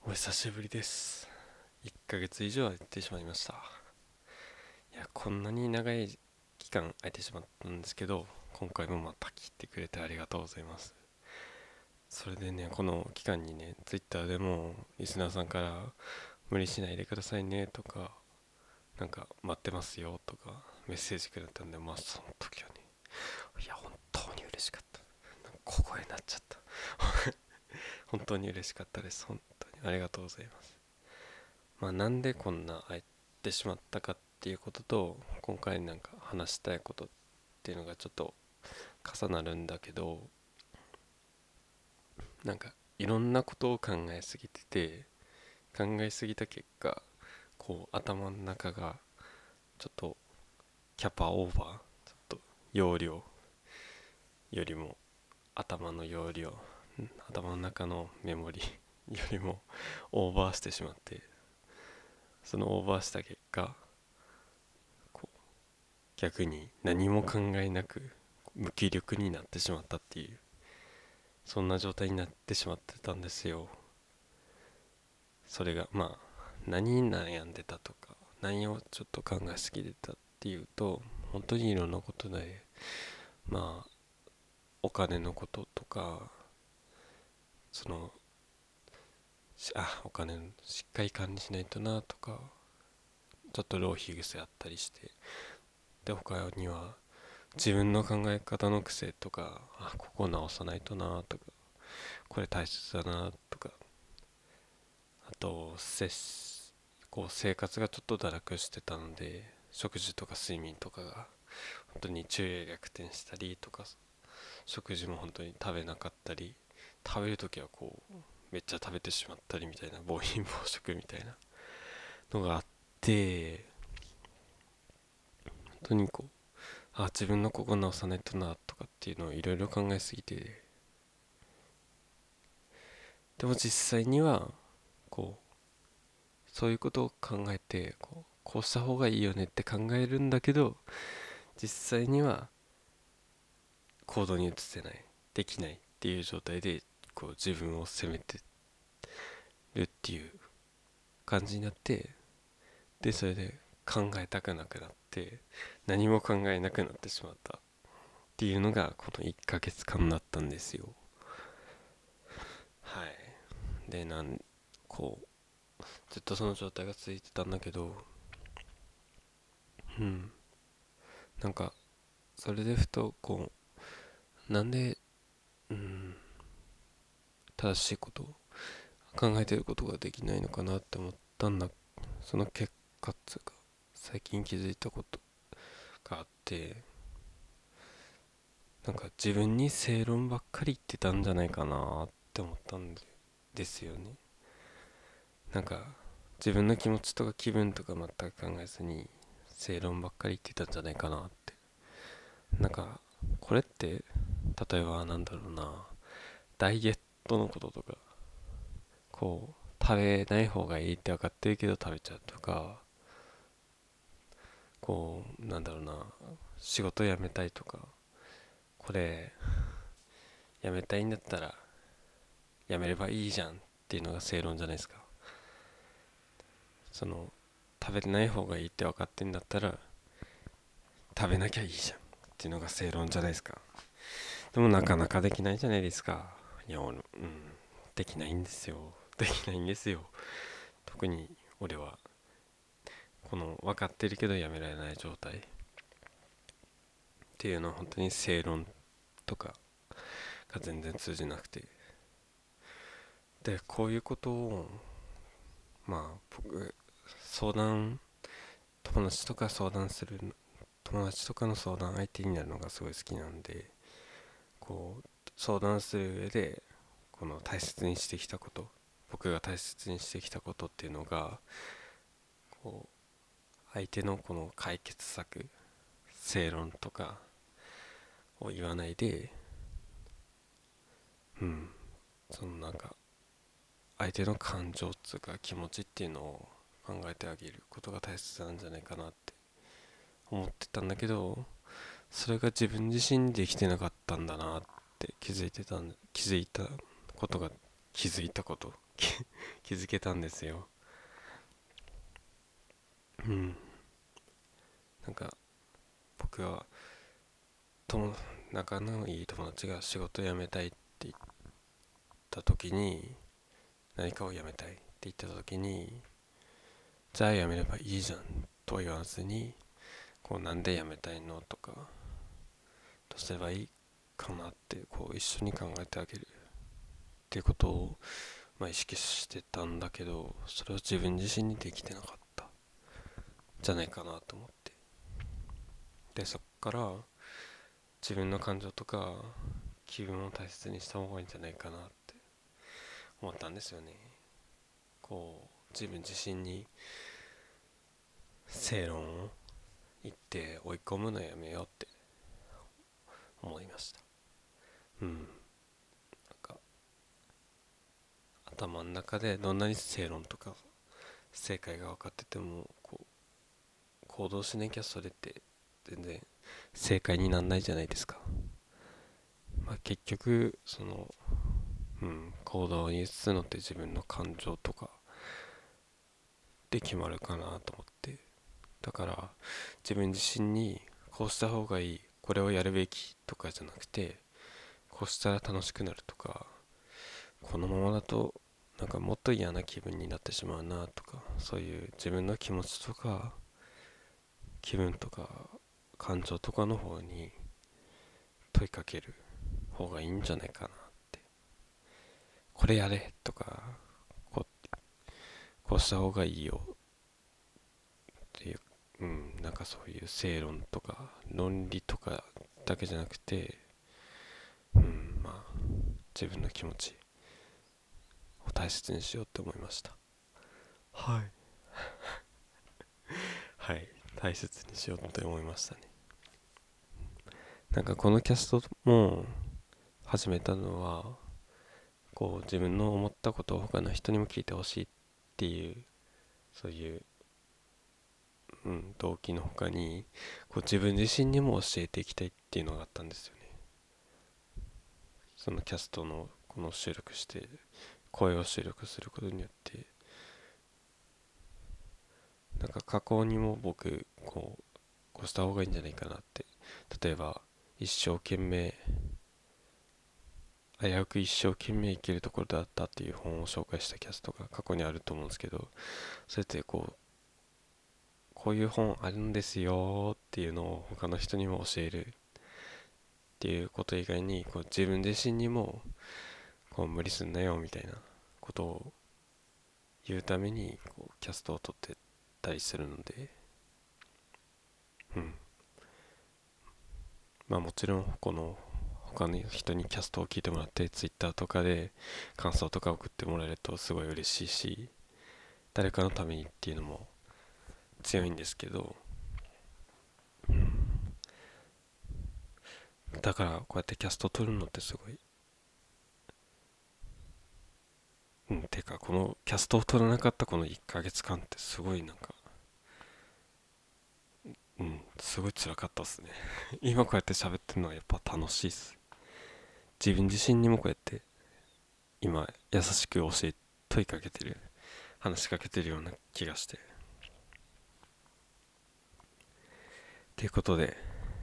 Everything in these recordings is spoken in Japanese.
お久しぶりです。1ヶ月以上空いてしまいました。いや、こんなに長い期間空いてしまったんですけど、今回もまた来てくれてありがとうございます。それでね、この期間にね、Twitter でもリスナーさんから無理しないでくださいねとか、なんか待ってますよとかメッセージくれたんで、その時はね、いや、本当に嬉しかった。小声になっちゃった。本当に嬉しかったです。本当にありがとうございます。なんでこんな会えてしまったかっていうことと、今回なんか話したいことっていうのがちょっと重なるんだけど、なんかいろんなことを考えすぎてて、考えすぎた結果、頭の中がちょっとキャパオーバー、ちょっと容量よりも頭の容量、頭の中のメモリよりもオーバーしてしまって、そのオーバーした結果、こう逆に何も考えなく無気力になってしまったっていう、そんな状態になってしまってたんですよ。それが何に悩んでたとか、何をちょっと考えすぎてたっていうと、本当にいろんなことで、まあお金のこととか、そのお金しっかり管理しないとなとか、ちょっと浪費癖あったりして、で他には自分の考え方の癖とか、ここ直さないとなとか、これ大切だなとか、あと生活がちょっと堕落してたので、食事とか睡眠とかが本当に昼夜逆転したりとか、食事も本当に食べなかったり、食べるときはめっちゃ食べてしまったりみたいな、暴飲暴食みたいなのがあって、本当に自分のここ直さないとなとかっていうのをいろいろ考えすぎて、でも実際にはそういうことを考えて、こうした方がいいよねって考えるんだけど、実際には行動に移せない、できないっていう状態で自分を責めてるっていう感じになって、でそれで考えたくなくなって、何も考えなくなってしまったっていうのがこの1ヶ月間だったんですよ。はい。でこうずっとその状態が続いてたんだけど、うん、なんかそれでふとなんで、うん、正しいことを考えてることができないのかなって思ったんだ。その結果っつうか、最近気づいたことがあって、なんか自分に正論ばっかり言ってたんじゃないかなって思ったんですよね。なんか自分の気持ちとか気分とか全く考えずに正論ばっかり言ってたんじゃないかなって。なんかこれって例えばなんだろうな、ダイエットのこととか、食べない方がいいって分かってるけど食べちゃうとか、なんだろうな、仕事辞めたいとか、これ辞めたいんだったら辞めればいいじゃんっていうのが正論じゃないですか。その食べない方がいいって分かってんだったら食べなきゃいいじゃんっていうのが正論じゃないですか。でもなかなかできないじゃないですか。いやできないんですよ。できないんですよ。特に俺はこの分かってるけどやめられない状態っていうのは本当に正論とかが全然通じなくて、でこういうことを僕相談友達とか相談する友達とかの相談相手になるのがすごい好きなんで、相談する上でこの大切にしてきたこと、僕が大切にしてきたことっていうのが、こ相手のこの解決策、正論とかを言わないで、うん、なんか相手の感情っていうか気持ちっていうのを考えてあげることが大切なんじゃないかなって思ってたんだけど、それが自分自身にできてなかったんだなって気づいたことが気づいたこと気づけたんですよ。うん。なんか僕は友仲のいい友達が仕事辞めたいって言った時に、何かを辞めたいって言ってた時に、じゃあ辞めればいいじゃんとは言わずに、こうなんで辞めたいのとか、どうすればいいかなってこう一緒に考えてあげるっていうことを、意識してたんだけど、それを自分自身にできてなかったじゃないかなと思って、でそっから自分の感情とか気分を大切にした方がいいんじゃないかなって思ったんですよね。こう自分自身に正論を言って追い込むのやめようって思いました。うん。なんか頭の中でどんなに正論とか正解が分かってても、こう行動しなきゃそれって全然正解にならないじゃないですか。結局行動に移すのって自分の感情とかで決まるかなと思って、だから自分自身にこうした方がいい、これをやるべきとかじゃなくて、こうしたら楽しくなるとか、このままだとなんかもっと嫌な気分になってしまうなとか、そういう自分の気持ちとか気分とか感情とかの方に問いかける方がいいんじゃないかなって、これやれとか、ここうした方がいいよっていう、なんかそういう正論とか論理とかだけじゃなくて、自分の気持ちを大切にしようって思いました。はい。はい、大切にしようって思いましたね。なんかこのキャストも始めたのは、こう自分の思ったことを他の人にも聞いてほしいっていう、そういう、動機の他に、こう自分自身にも教えていきたいっていうのがあったんですよね。そのキャストのこの収録して声を収録することによって、なんか加工にも僕こうした方がいいんじゃないかなって、例えば一生懸命危うく一生懸命生きるところだったっていう本を紹介したキャストが過去にあると思うんですけど、そうやってこういう本あるんですよっていうのを他の人にも教えるっていうこと以外に、自分自身にも無理すんなよみたいなことを言うためにキャストを取ってたりするので、もちろん他の人にキャストを聞いてもらってツイッターとかで感想とか送ってもらえるとすごい嬉しいし、誰かのためにっていうのも強いんですけど、だからこうやってキャストを取るのってすごい、てかこのキャストを取らなかったこの1ヶ月間ってすごいなんか、すごい辛かったっすね。今こうやって喋ってるのはやっぱ楽しいっす。自分自身にもこうやって今優しく問いかけてる、話しかけてるような気がして、ということで、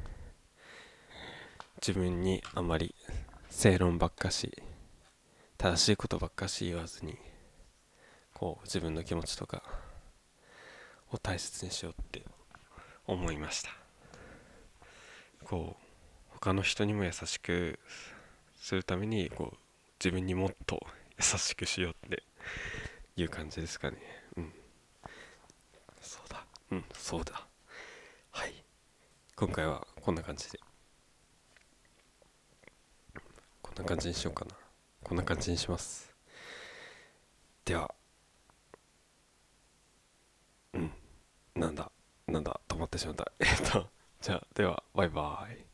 自分にあまり正論ばっかし、正しいことばっかし言わずに、自分の気持ちとかを大切にしようって思いました。他の人にも優しくするために自分にもっと優しくしようっていう感じですかね。そうだ、そうだ。はい、今回はこんな感じで、こんな感じにしようかな。こんな感じにします。では、なんだ止まってしまった。じゃあではバイバイ。